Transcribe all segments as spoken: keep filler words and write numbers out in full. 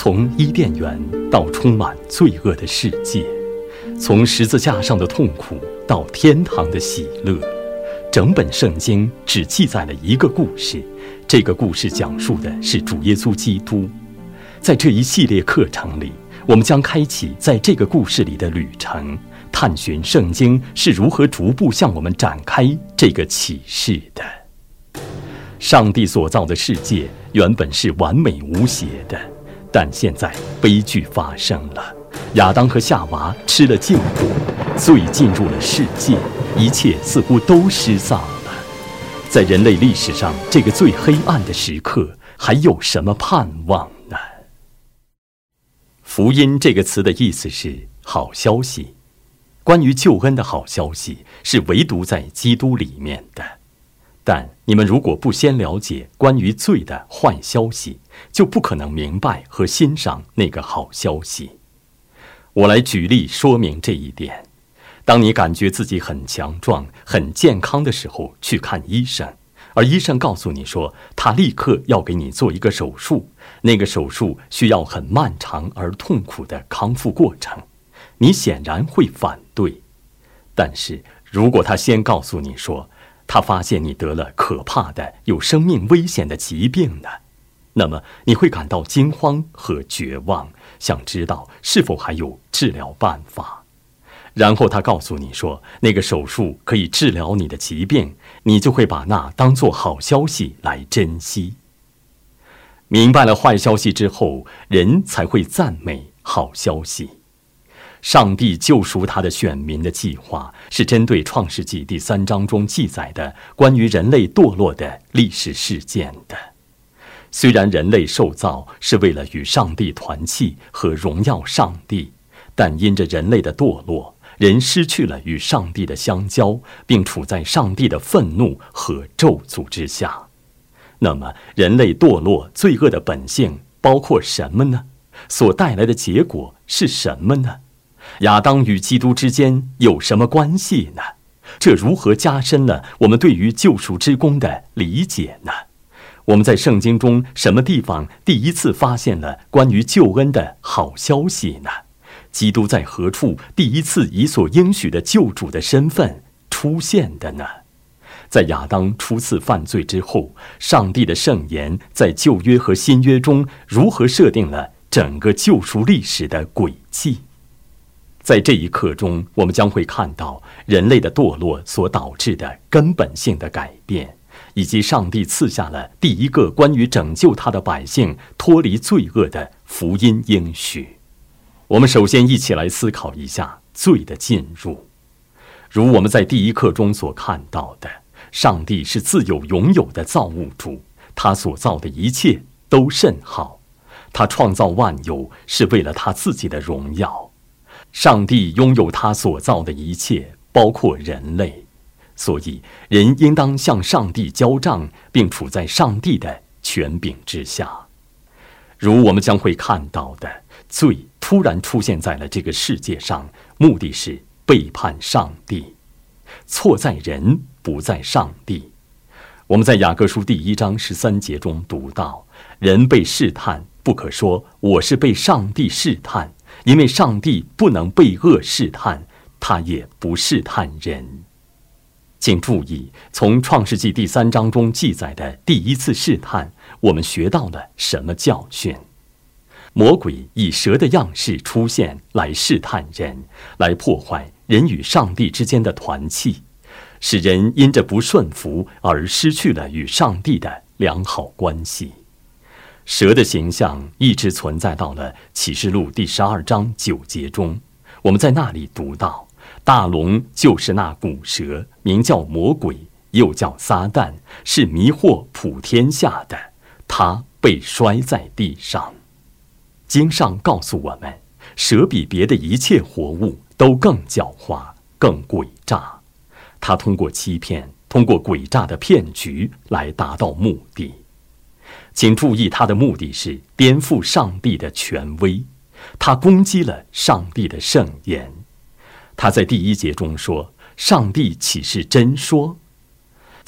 从伊甸园到充满罪恶的世界，从十字架上的痛苦到天堂的喜乐，整本圣经只记载了一个故事，这个故事讲述的是主耶稣基督。在这一系列课程里，我们将开启在这个故事里的旅程，探寻圣经是如何逐步向我们展开这个启示的。上帝所造的世界原本是完美无邪的，但现在悲剧发生了，亚当和夏娃吃了禁果，罪进入了世界，一切似乎都失丧了。在人类历史上这个最黑暗的时刻，还有什么盼望呢？福音这个词的意思是好消息，关于救恩的好消息是唯独在基督里面的。但你们如果不先了解关于罪的坏消息，就不可能明白和欣赏那个好消息。我来举例说明这一点。当你感觉自己很强壮、很健康的时候，去看医生，而医生告诉你说他立刻要给你做一个手术，那个手术需要很漫长而痛苦的康复过程，你显然会反对。但是如果他先告诉你说他发现你得了可怕的有生命危险的疾病呢，那么你会感到惊慌和绝望，想知道是否还有治疗办法。然后他告诉你说那个手术可以治疗你的疾病，你就会把那当作好消息来珍惜。明白了坏消息之后，人才会赞美好消息。上帝救赎他的选民的计划是针对创世纪第三章中记载的关于人类堕落的历史事件的。虽然人类受造是为了与上帝团契和荣耀上帝，但因着人类的堕落，人失去了与上帝的相交，并处在上帝的愤怒和咒诅之下。那么人类堕落罪恶的本性包括什么呢？所带来的结果是什么呢？亚当与基督之间有什么关系呢？这如何加深了我们对于救赎之功的理解呢？我们在圣经中什么地方第一次发现了关于救恩的好消息呢？基督在何处第一次以所应许的救主的身份出现的呢？在亚当初次犯罪之后，上帝的圣言在旧约和新约中如何设定了整个救赎历史的轨迹？在这一课中，我们将会看到人类的堕落所导致的根本性的改变，以及上帝赐下了第一个关于拯救他的百姓脱离罪恶的福音应许。我们首先一起来思考一下罪的进入。如我们在第一课中所看到的，上帝是自有永有的造物主，他所造的一切都甚好，他创造万有是为了他自己的荣耀。上帝拥有他所造的一切，包括人类，所以人应当向上帝交账，并处在上帝的权柄之下。如我们将会看到的，罪突然出现在了这个世界上，目的是背叛上帝。错在人，不在上帝。我们在雅各书第一章十三节中读到，人被试探，不可说我是被上帝试探，因为上帝不能被恶试探，他也不试探人。请注意，从创世纪第三章中记载的第一次试探，我们学到了什么教训？魔鬼以蛇的样式出现，来试探人，来破坏人与上帝之间的团契，使人因着不顺服而失去了与上帝的良好关系。蛇的形象一直存在到了启示录第十二章九节中，我们在那里读到，大龙就是那古蛇，名叫魔鬼，又叫撒旦，是迷惑普天下的，他被摔在地上。经上告诉我们，蛇比别的一切活物都更狡猾，更诡诈，他通过欺骗，通过诡诈的骗局来达到目的。请注意，他的目的是颠覆上帝的权威，他攻击了上帝的圣言。他在第一节中说，上帝岂是真说？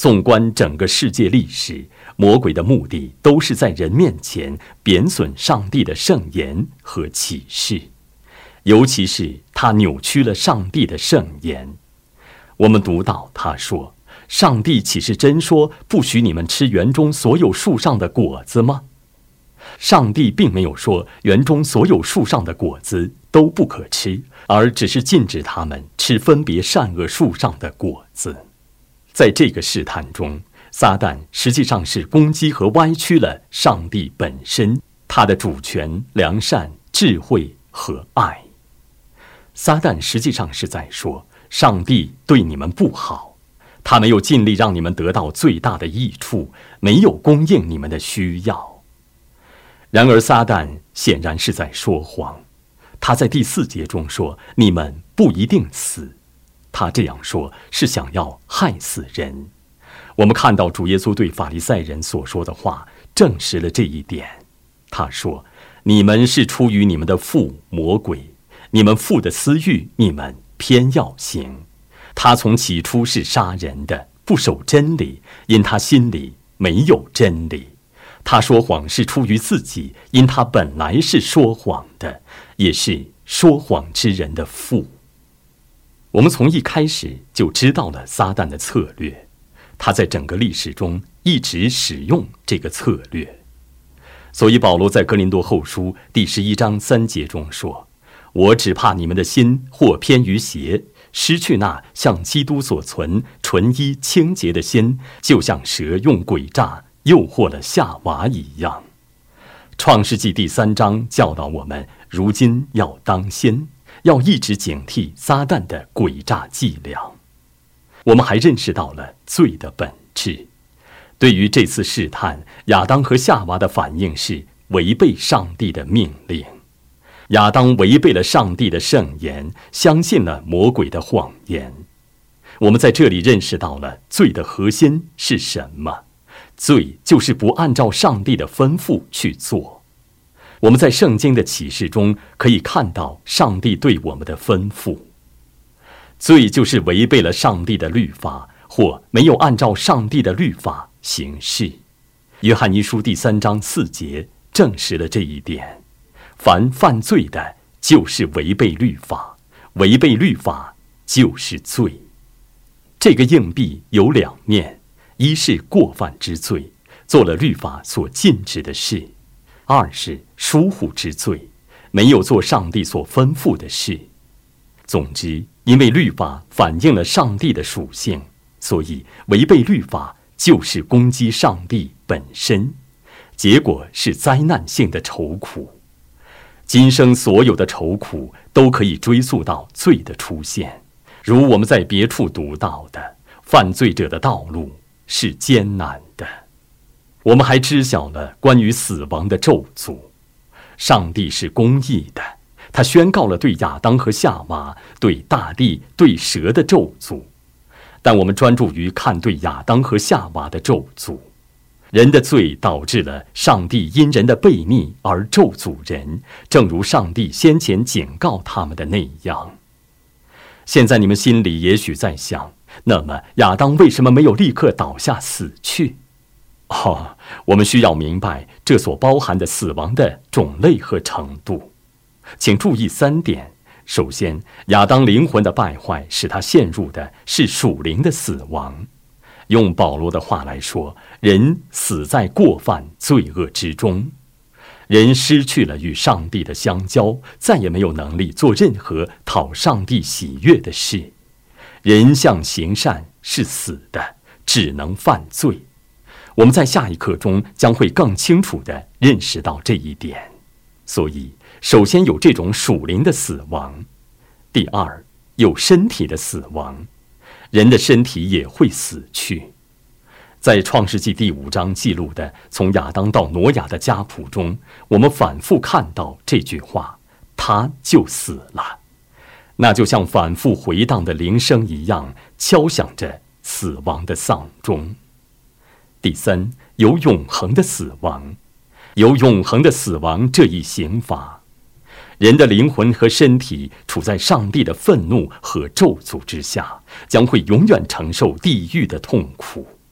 纵观整个世界历史，魔鬼的目的都是在人面前贬损上帝的圣言和启示，尤其是他扭曲了上帝的圣言。我们读到他说：上帝岂是真说不许你们吃园中所有树上的果子吗？上帝并没有说园中所有树上的果子都不可吃，而只是禁止他们吃分别善恶树上的果子。在这个试探中，撒旦实际上是攻击和歪曲了上帝本身，他的主权、良善、智慧和爱。撒旦实际上是在说，上帝对你们不好，他没有尽力让你们得到最大的益处，没有供应你们的需要。然而撒旦显然是在说谎，他在第四节中说，你们不一定死。他这样说是想要害死人。我们看到主耶稣对法利赛人所说的话证实了这一点。他说，你们是出于你们的父魔鬼，你们父的私欲你们偏要行。他从起初是杀人的，不守真理，因他心里没有真理。他说谎是出于自己，因他本来是说谎的，也是说谎之人的父。我们从一开始就知道了撒旦的策略，他在整个历史中一直使用这个策略。所以保罗在哥林多后书第十一章三节中说，我只怕你们的心或偏于邪，失去那像基督所存纯一清洁的心，就像蛇用诡诈诱惑了夏娃一样。创世纪第三章教导我们，如今要当心，要一直警惕撒旦的诡诈伎俩。我们还认识到了罪的本质。对于这次试探，亚当和夏娃的反应是违背上帝的命令。亚当违背了上帝的圣言，相信了魔鬼的谎言。我们在这里认识到了罪的核心是什么？罪就是不按照上帝的吩咐去做。我们在圣经的启示中可以看到上帝对我们的吩咐。罪就是违背了上帝的律法，或没有按照上帝的律法行事。约翰一书第三章四节证实了这一点。凡犯罪的，就是违背律法，违背律法就是罪。这个硬币有两面，一是过犯之罪，做了律法所禁止的事；二是疏忽之罪，没有做上帝所吩咐的事。总之，因为律法反映了上帝的属性，所以违背律法就是攻击上帝本身，结果是灾难性的愁苦。今生所有的愁苦都可以追溯到罪的出现，如我们在别处读到的，犯罪者的道路是艰难的。我们还知晓了关于死亡的咒诅。上帝是公义的，他宣告了对亚当和夏娃、对大地、对蛇的咒诅，但我们专注于看对亚当和夏娃的咒诅。人的罪导致了上帝因人的悖逆而咒诅人，正如上帝先前警告他们的那样。现在你们心里也许在想，那么亚当为什么没有立刻倒下死去？哦，我们需要明白这所包含的死亡的种类和程度。请注意三点。首先，亚当灵魂的败坏使他陷入的是属灵的死亡。用保罗的话来说，人死在过犯罪恶之中，人失去了与上帝的相交，再也没有能力做任何讨上帝喜悦的事。人向行善是死的，只能犯罪。我们在下一课中将会更清楚地认识到这一点。所以，首先有这种属灵的死亡，第二，有身体的死亡。人的身体也会死去。在创世纪第五章记录的从亚当到挪亚的家谱中，我们反复看到这句话，他就死了。那就像反复回荡的铃声一样，敲响着死亡的丧钟。第三，有永恒的死亡。有永恒的死亡这一刑罚。人的灵魂和身体处在上帝的愤怒和咒诅之下，将会永远承受地狱的痛苦。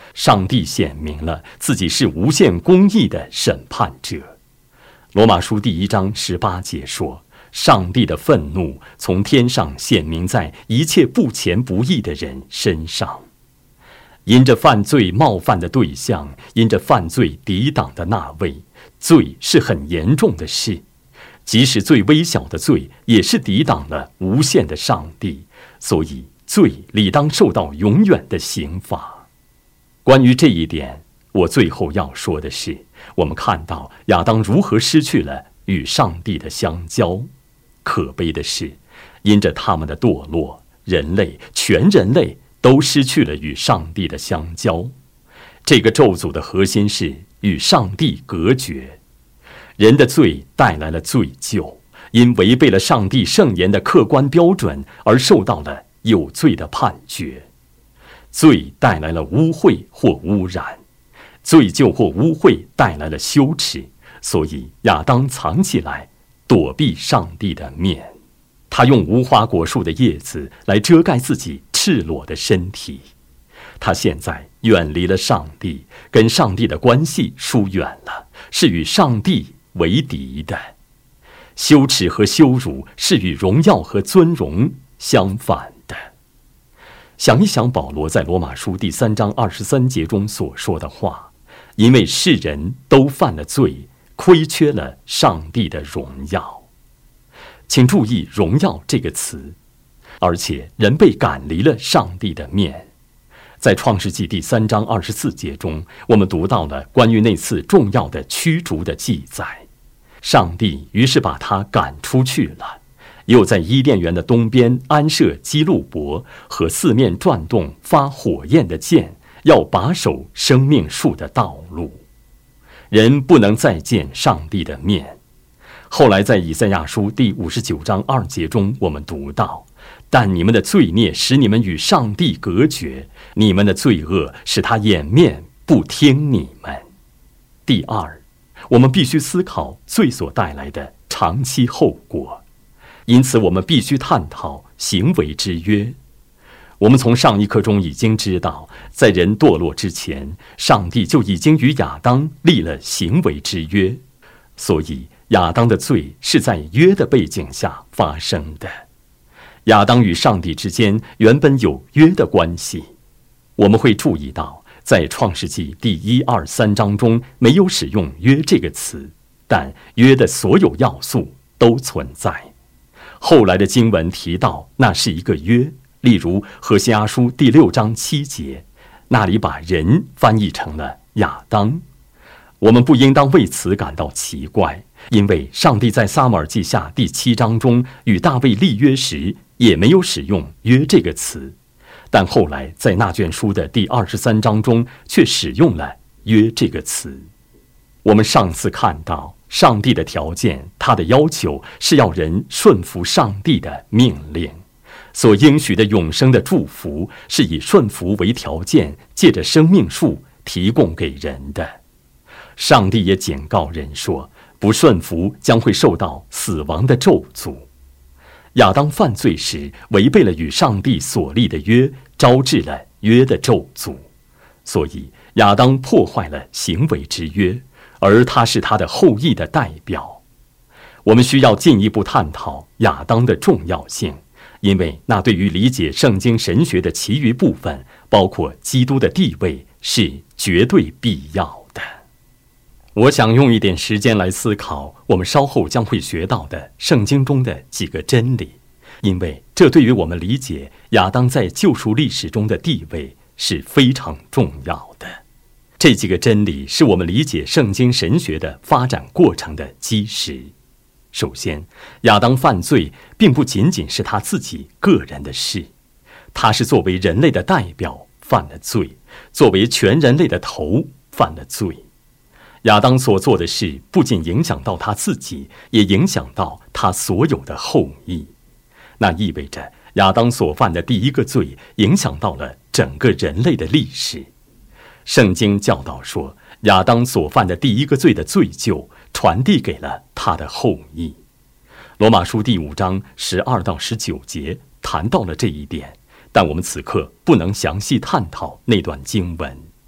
上帝显明了自己是无限公义的审判者。罗马书第一章十八节说，上帝的愤怒从天上显明在一切不虔不义的人身上。因着犯罪冒犯的对象，因着犯罪抵挡的那位，罪是很严重的事。即使最微小的罪，也是抵挡了无限的上帝，所以罪理当受到永远的刑罚。关于这一点，我最后要说的是，我们看到亚当如何失去了与上帝的相交。可悲的是，因着他们的堕落，人类全人类都失去了与上帝的相交。这个咒诅的核心是与上帝隔绝。人的罪带来了罪疚，因违背了上帝圣言的客观标准而受到了有罪的判决。罪带来了污秽或污染，罪疚或污秽带来了羞耻，所以亚当藏起来，躲避上帝的面。他用无花果树的叶子来遮盖自己赤裸的身体。他现在远离了上帝，跟上帝的关系疏远了，是与上帝为敌的。羞耻和羞辱是与荣耀和尊荣相反的。想一想保罗在罗马书第三章二十三节中所说的话，因为世人都犯了罪，亏缺了上帝的荣耀。请注意荣耀这个词，而且人被赶离了上帝的面。在创世纪第三章二十四节中，我们读到了关于那次重要的驱逐的记载。上帝于是把他赶出去了，又在伊甸园的东边安设基路伯和四面转动发火焰的剑，要把守生命树的道路。人不能再见上帝的面。后来在以赛亚书第五十九章二节中，我们读到，但你们的罪孽使你们与上帝隔绝，你们的罪恶使他掩面不听你们。第二，我们必须思考罪所带来的长期后果，因此我们必须探讨行为之约。我们从上一课中已经知道，在人堕落之前，上帝就已经与亚当立了行为之约，所以亚当的罪是在约的背景下发生的。亚当与上帝之间原本有约的关系。我们会注意到，在创世纪第一、二、三章中没有使用约这个词，但约的所有要素都存在。后来的经文提到那是一个约，例如何西阿书第六章七节，那里把人翻译成了亚当。我们不应当为此感到奇怪，因为上帝在撒母耳记下第七章中与大卫立约时也没有使用约这个词，但后来在那卷书的第二十三章中却使用了约这个词。我们上次看到上帝的条件，他的要求是要人顺服上帝的命令，所应许的永生的祝福是以顺服为条件，借着生命树提供给人的。上帝也警告人说，不顺服将会受到死亡的咒诅。亚当犯罪时违背了与上帝所立的约，招致了约的咒诅，所以亚当破坏了行为之约，而他是他的后裔的代表。我们需要进一步探讨亚当的重要性，因为那对于理解圣经神学的其余部分，包括基督的地位，是绝对必要的。我想用一点时间来思考我们稍后将会学到的圣经中的几个真理，因为这对于我们理解亚当在救赎历史中的地位是非常重要的。这几个真理是我们理解圣经神学的发展过程的基石。首先，亚当犯罪并不仅仅是他自己个人的事，他是作为人类的代表犯了罪，作为全人类的头犯了罪。亚当所做的事不仅影响到他自己，也影响到他所有的后裔。那意味着亚当所犯的第一个罪影响到了整个人类的历史。圣经教导说，亚当所犯的第一个罪的罪疚传递给了他的后裔。罗马书第五章十二到十九节谈到了这一点，但我们此刻不能详细探讨那段经文。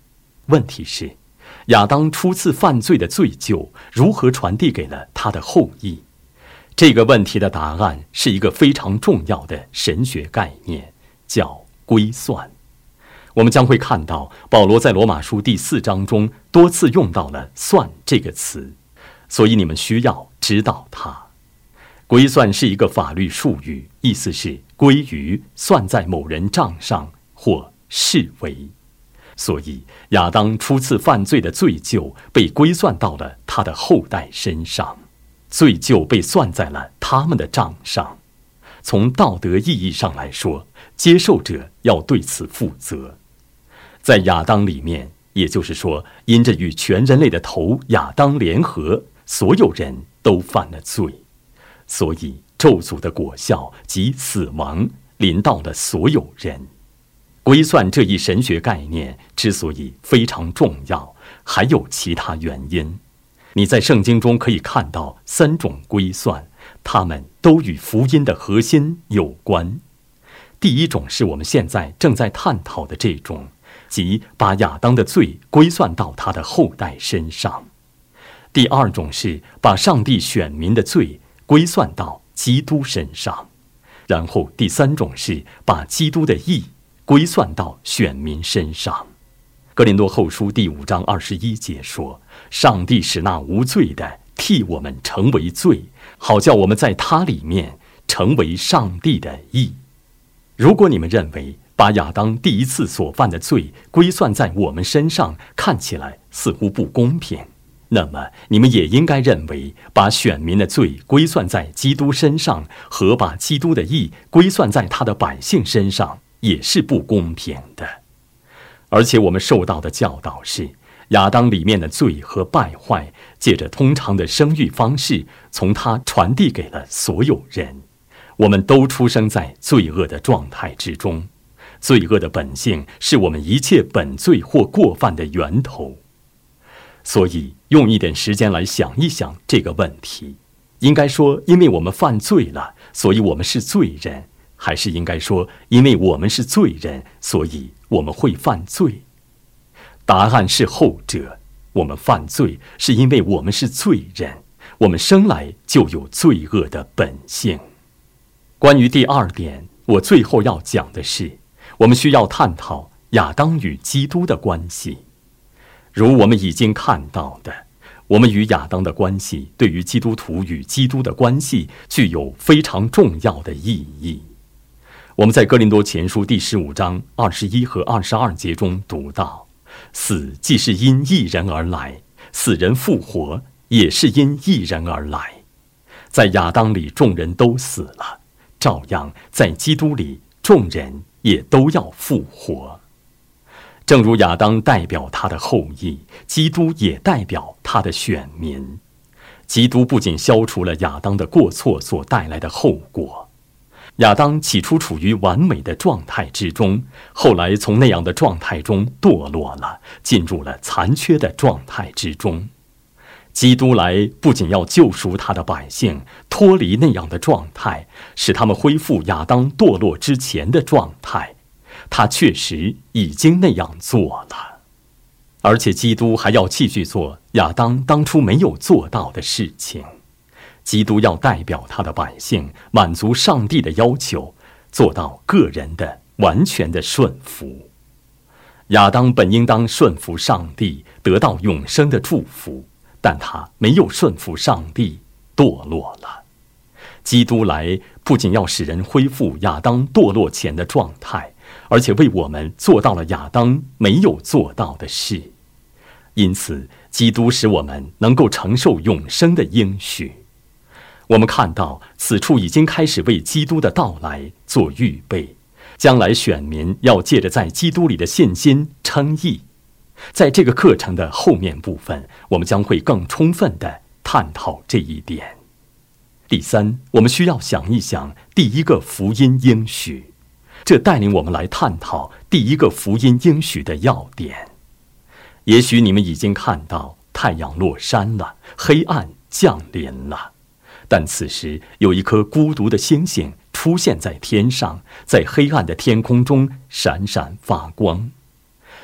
问题是，亚当初次犯罪的罪疚如何传递给了他的后裔？这个问题的答案是一个非常重要的神学概念，叫归算。我们将会看到，保罗在罗马书第四章中多次用到了“算”这个词，所以你们需要知道它。归算是一个法律术语，意思是归于、算在某人账上或视为。所以亚当初次犯罪的罪疚被归算到了他的后代身上，罪疚被算在了他们的账上。从道德意义上来说，接受者要对此负责。在亚当里面，也就是说，因着与全人类的头亚当联合，所有人都犯了罪，所以咒诅的果效及死亡临到了所有人。归算这一神学概念之所以非常重要，还有其他原因。你在圣经中可以看到三种归算，它们都与福音的核心有关。第一种是我们现在正在探讨的这种，即把亚当的罪归算到他的后代身上。第二种是把上帝选民的罪归算到基督身上。然后第三种是把基督的义归算到选民身上。哥林多后书第五章二十一节说，上帝使那无罪的替我们成为罪，好叫我们在他里面成为上帝的义。如果你们认为把亚当第一次所犯的罪归算在我们身上看起来似乎不公平，那么你们也应该认为把选民的罪归算在基督身上和把基督的义归算在他的百姓身上也是不公平的。而且我们受到的教导是，亚当里面的罪和败坏借着通常的生育方式从他传递给了所有人。我们都出生在罪恶的状态之中，罪恶的本性是我们一切本罪或过犯的源头。所以用一点时间来想一想这个问题，应该说因为我们犯罪了，所以我们是罪人，还是应该说因为我们是罪人，所以我们会犯罪？答案是后者。我们犯罪是因为我们是罪人，我们生来就有罪恶的本性。关于第二点，我最后要讲的是，我们需要探讨亚当与基督的关系。如我们已经看到的，我们与亚当的关系对于基督徒与基督的关系具有非常重要的意义。我们在哥林多前书第十五章二十一和二十二节中读到，死既是因一人而来，死人复活也是因一人而来。在亚当里众人都死了，照样在基督里众人也都要复活。正如亚当代表他的后裔，基督也代表他的选民。基督不仅消除了亚当的过错所带来的后果，亚当起初处于完美的状态之中，后来从那样的状态中堕落了，进入了残缺的状态之中。基督来不仅要救赎他的百姓，脱离那样的状态，使他们恢复亚当堕落之前的状态。他确实已经那样做了，而且基督还要继续做亚当当初没有做到的事情。基督要代表他的百姓，满足上帝的要求，做到个人的完全的顺服。亚当本应当顺服上帝，得到永生的祝福，但他没有顺服上帝，堕落了。基督来不仅要使人恢复亚当堕落前的状态，而且为我们做到了亚当没有做到的事。因此基督使我们能够承受永生的应许。我们看到此处已经开始为基督的到来做预备，将来选民要借着在基督里的信心称义。在这个课程的后面部分，我们将会更充分地探讨这一点。第三，我们需要想一想第一个福音应许，这带领我们来探讨第一个福音应许的要点。也许你们已经看到太阳落山了，黑暗降临了，但此时有一颗孤独的星星出现在天上，在黑暗的天空中闪闪发光。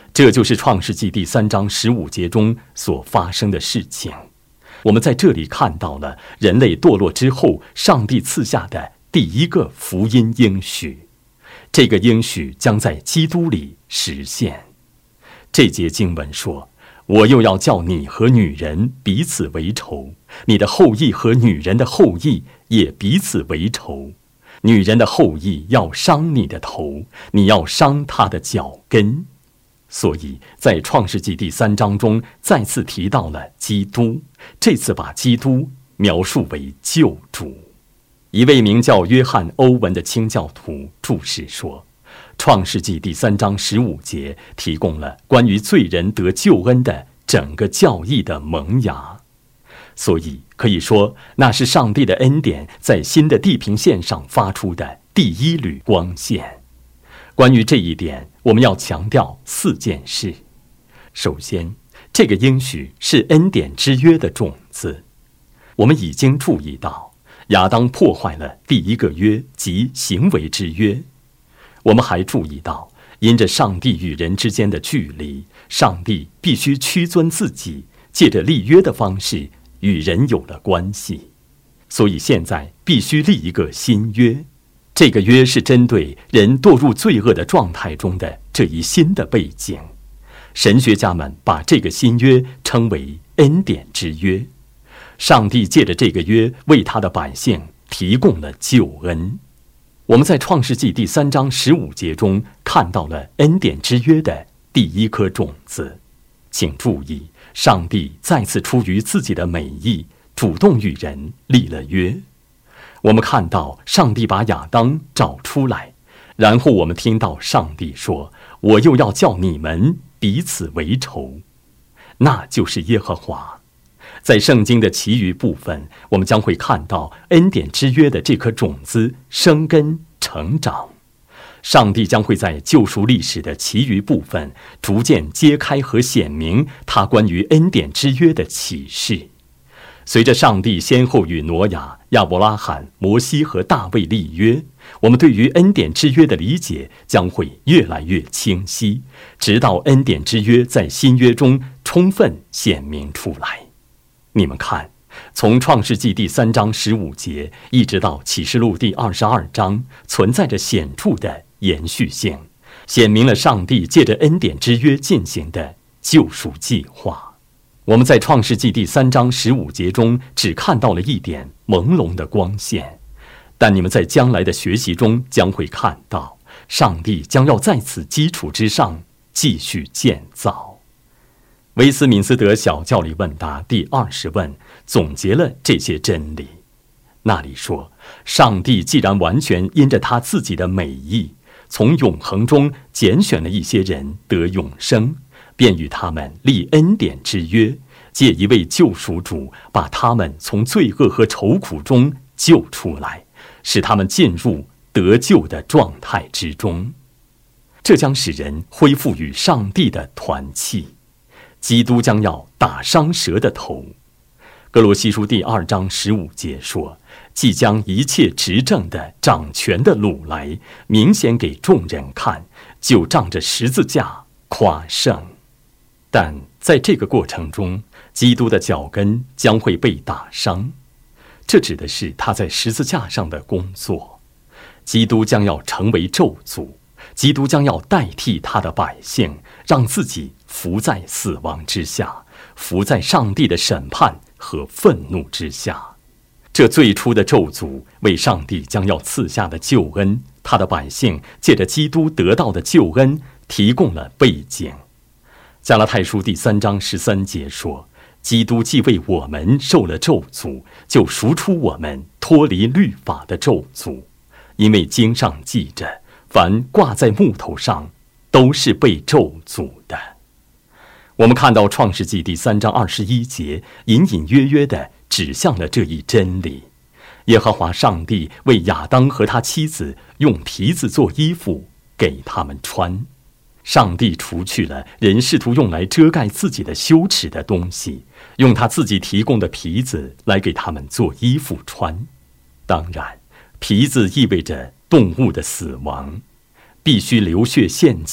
这就是创世纪第三章十五节中所发生的事情。我们在这里看到了人类堕落之后，上帝赐下的第一个福音应许，这个应许将在基督里实现。这节经文说，我又要叫你和女人彼此为仇，你的后裔和女人的后裔也彼此为仇，女人的后裔要伤你的头，你要伤她的脚跟。所以在创世纪第三章中再次提到了基督，这次把基督描述为救主。一位名叫约翰·欧文的清教徒注释说，创世纪第三章十五节提供了关于罪人得救恩的整个教义的萌芽，所以可以说那是上帝的恩典在新的地平线上发出的第一缕光线。关于这一点，我们要强调四件事。首先，这个应许是恩典之约的种子。我们已经注意到，亚当破坏了第一个约，即行为之约。我们还注意到，因着上帝与人之间的距离，上帝必须屈尊自己，借着立约的方式与人有了关系。所以现在必须立一个新约。这个约是针对人堕入罪恶的状态中的这一新的背景。神学家们把这个新约称为恩典之约。上帝借着这个约为他的百姓提供了救恩。我们在创世纪第三章十五节中看到了恩典之约的第一颗种子。请注意，上帝再次出于自己的美意，主动与人立了约。我们看到上帝把亚当找出来，然后我们听到上帝说，我又要叫你们彼此为仇，那就是耶和华。在圣经的其余部分，我们将会看到恩典之约的这颗种子生根成长。上帝将会在救赎历史的其余部分逐渐揭开和显明他关于恩典之约的启示。随着上帝先后与挪亚、亚伯拉罕、摩西和大卫立约，我们对于恩典之约的理解将会越来越清晰，直到恩典之约在新约中充分显明出来。你们看，从创世纪第三章十五节一直到启示录第二十二章，存在着显著的延续性，显明了上帝借着恩典之约进行的救赎计划。我们在创世纪第三章十五节中只看到了一点朦胧的光线，但你们在将来的学习中将会看到，上帝将要在此基础之上继续建造。威斯敏斯德小教理问答第二十问总结了这些真理。那里说，上帝既然完全因着他自己的美意，从永恒中拣选了一些人得永生，便与他们立恩典之约，借一位救赎主把他们从罪恶和愁苦中救出来，使他们进入得救的状态之中。这将使人恢复与上帝的团契。基督将要打伤蛇的头。哥罗西书第二章十五节说，即将一切执政的、掌权的掳来，明显给众人看，就仗着十字架夸胜。但在这个过程中，基督的脚跟将会被打伤，这指的是他在十字架上的工作。基督将要成为咒诅，基督将要代替他的百姓，让自己伏在死亡之下，伏在上帝的审判和愤怒之下。这最初的咒诅为上帝将要赐下的救恩，他的百姓借着基督得到的救恩提供了背景。加拉太书第三章十三节说，基督既为我们受了咒诅，就赎出我们脱离律法的咒诅。因为经上记着，凡挂在木头上都是被咒诅的。我们看到创世纪第三章二十一节隐隐约约地指向了这一真理。耶和华上帝为亚当和他妻子用皮子做衣服给他们穿。上帝除去了人试图用来遮盖自己的羞耻的东西，用他自己提供的皮子来给他们做衣服穿。当然，皮子意味着动物的死亡，必须流血献祭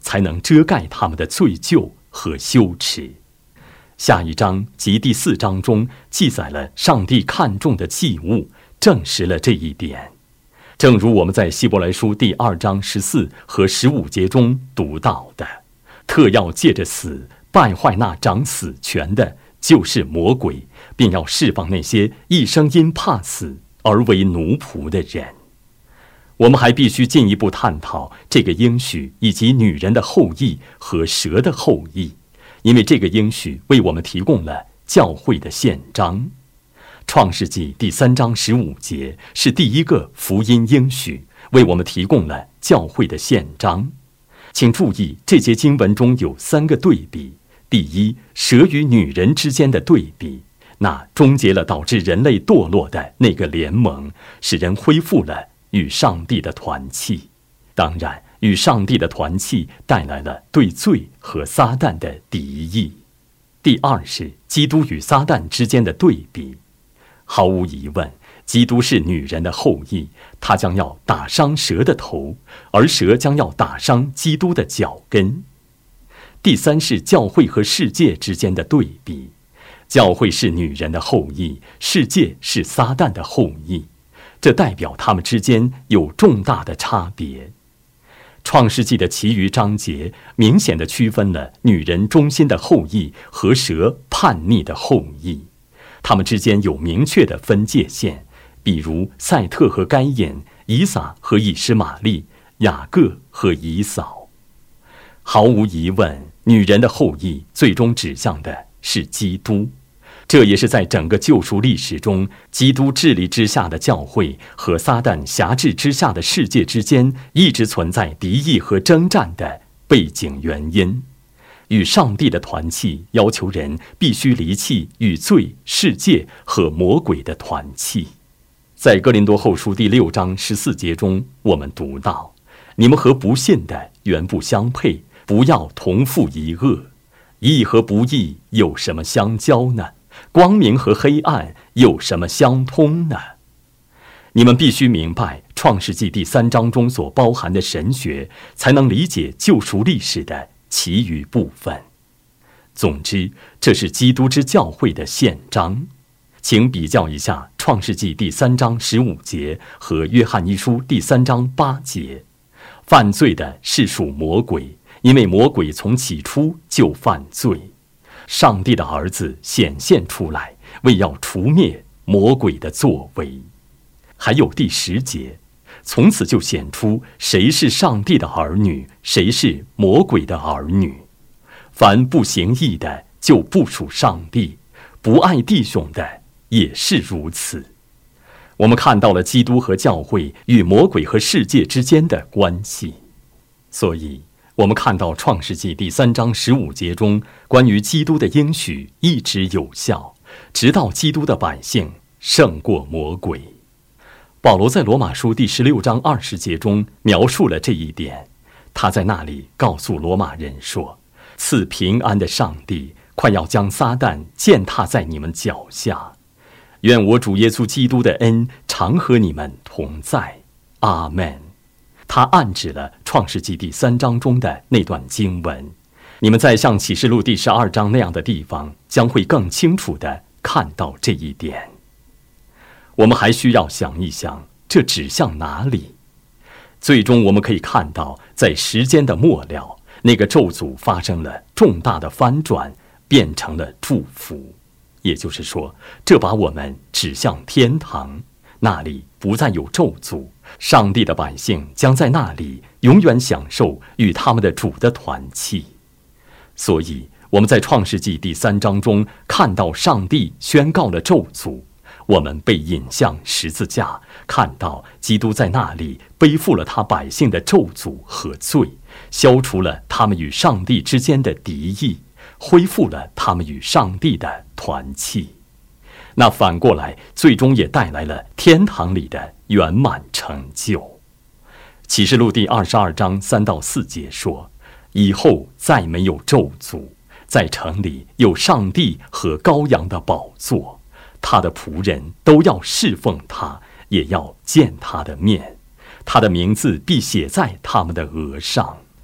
才能遮盖他们的罪疚和羞耻。下一章及第四章中记载了上帝看重的祭物，证实了这一点。正如我们在希伯来书第二章十四和十五节中读到的，特要借着死败坏那掌死权的，就是魔鬼，并要释放那些一生因怕死而为奴仆的人。我们还必须进一步探讨这个应许以及女人的后裔和蛇的后裔，因为这个应许为我们提供了教会的宪章。创世纪第三章十五节是第一个福音应许，为我们提供了教会的宪章。请注意，这节经文中有三个对比。第一，蛇与女人之间的对比，那终结了导致人类堕落的那个联盟，使人恢复了与上帝的团契。当然，与上帝的团契带来了对罪和撒旦的敌意。第二是基督与撒旦之间的对比。毫无疑问，基督是女人的后裔，他将要打伤蛇的头，而蛇将要打伤基督的脚跟。第三是教会和世界之间的对比。教会是女人的后裔，世界是撒旦的后裔，这代表他们之间有重大的差别。创世纪的其余章节明显地区分了女人忠心的后裔和蛇叛逆的后裔，他们之间有明确的分界线，比如赛特和该隐，以撒和以实玛利，雅各和以扫。毫无疑问，女人的后裔最终指向的是基督，这也是在整个救赎历史中，基督治理之下的教会和撒旦辖制之下的世界之间一直存在敌意和征战的背景原因。与上帝的团契要求人必须离弃与罪、世界和魔鬼的团契。在哥林多后书第六章十四节中，我们读到：你们和不信的原不相配，不要同负一恶。义和不义有什么相交呢？光明和黑暗有什么相通呢？你们必须明白创世纪第三章中所包含的神学，才能理解救赎历史的其余部分。总之，这是基督之教会的宪章。请比较一下创世纪第三章十五节和约翰一书第三章八节。犯罪的是属魔鬼，因为魔鬼从起初就犯罪。上帝的儿子显现出来，为要除灭魔鬼的作为。还有第十节，从此就显出谁是上帝的儿女，谁是魔鬼的儿女。凡不行义的，就不属上帝；不爱弟兄的，也是如此。我们看到了基督和教会与魔鬼和世界之间的关系。所以我们看到创世纪第三章十五节中关于基督的应许一直有效，直到基督的百姓胜过魔鬼。保罗在罗马书第十六章二十节中描述了这一点，他在那里告诉罗马人说：赐平安的上帝快要将撒旦践踏在你们脚下。愿我主耶稣基督的恩常和你们同在。阿们。他暗指了创世纪第三章中的那段经文，你们在像启示录第十二章那样的地方将会更清楚地看到这一点。我们还需要想一想，这指向哪里？最终我们可以看到，在时间的末了，那个咒诅发生了重大的翻转，变成了祝福。也就是说，这把我们指向天堂，那里不再有咒诅，上帝的百姓将在那里永远享受与他们的主的团契。所以我们在创世纪第三章中看到上帝宣告了咒诅，我们被引向十字架，看到基督在那里背负了他百姓的咒诅和罪，消除了他们与上帝之间的敌意，恢复了他们与上帝的团契。那反过来最终也带来了天堂里的圆满成就。启示录第二十二章三到四节说：以后再没有咒诅，在城里有上帝和羔羊的宝座，他的仆人都要侍奉他，也要见他的面，他的名字必写在他们的额上。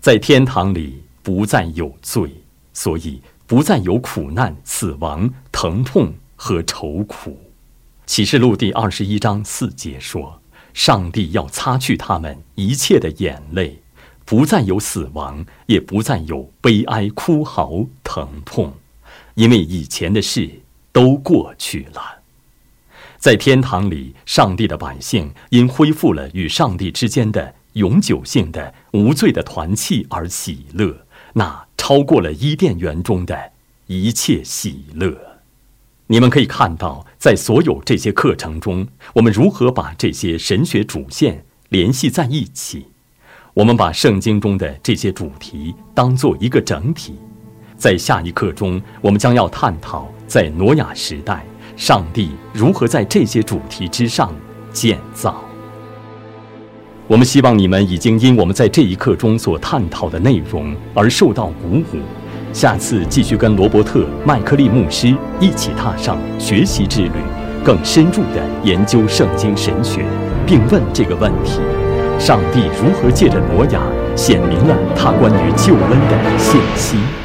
在天堂里不再有罪，所以不再有苦难、死亡、疼痛和愁苦。启示录第二十一章四节说，上帝要擦去他们一切的眼泪，不再有死亡，也不再有悲哀、哭嚎、疼痛，因为以前的事都过去了。在天堂里，上帝的百姓因恢复了与上帝之间的永久性的无罪的团契而喜乐，那超过了伊甸园中的一切喜乐。你们可以看到，在所有这些课程中，我们如何把这些神学主线联系在一起。我们把圣经中的这些主题当作一个整体。在下一课中，我们将要探讨在挪亚时代，上帝如何在这些主题之上建造。我们希望你们已经因我们在这一课中所探讨的内容而受到鼓舞，下次继续跟罗伯特·麦克利牧师一起踏上学习之旅，更深入地研究圣经神学，并问这个问题：上帝如何借着挪亚显明了他关于救恩的信息？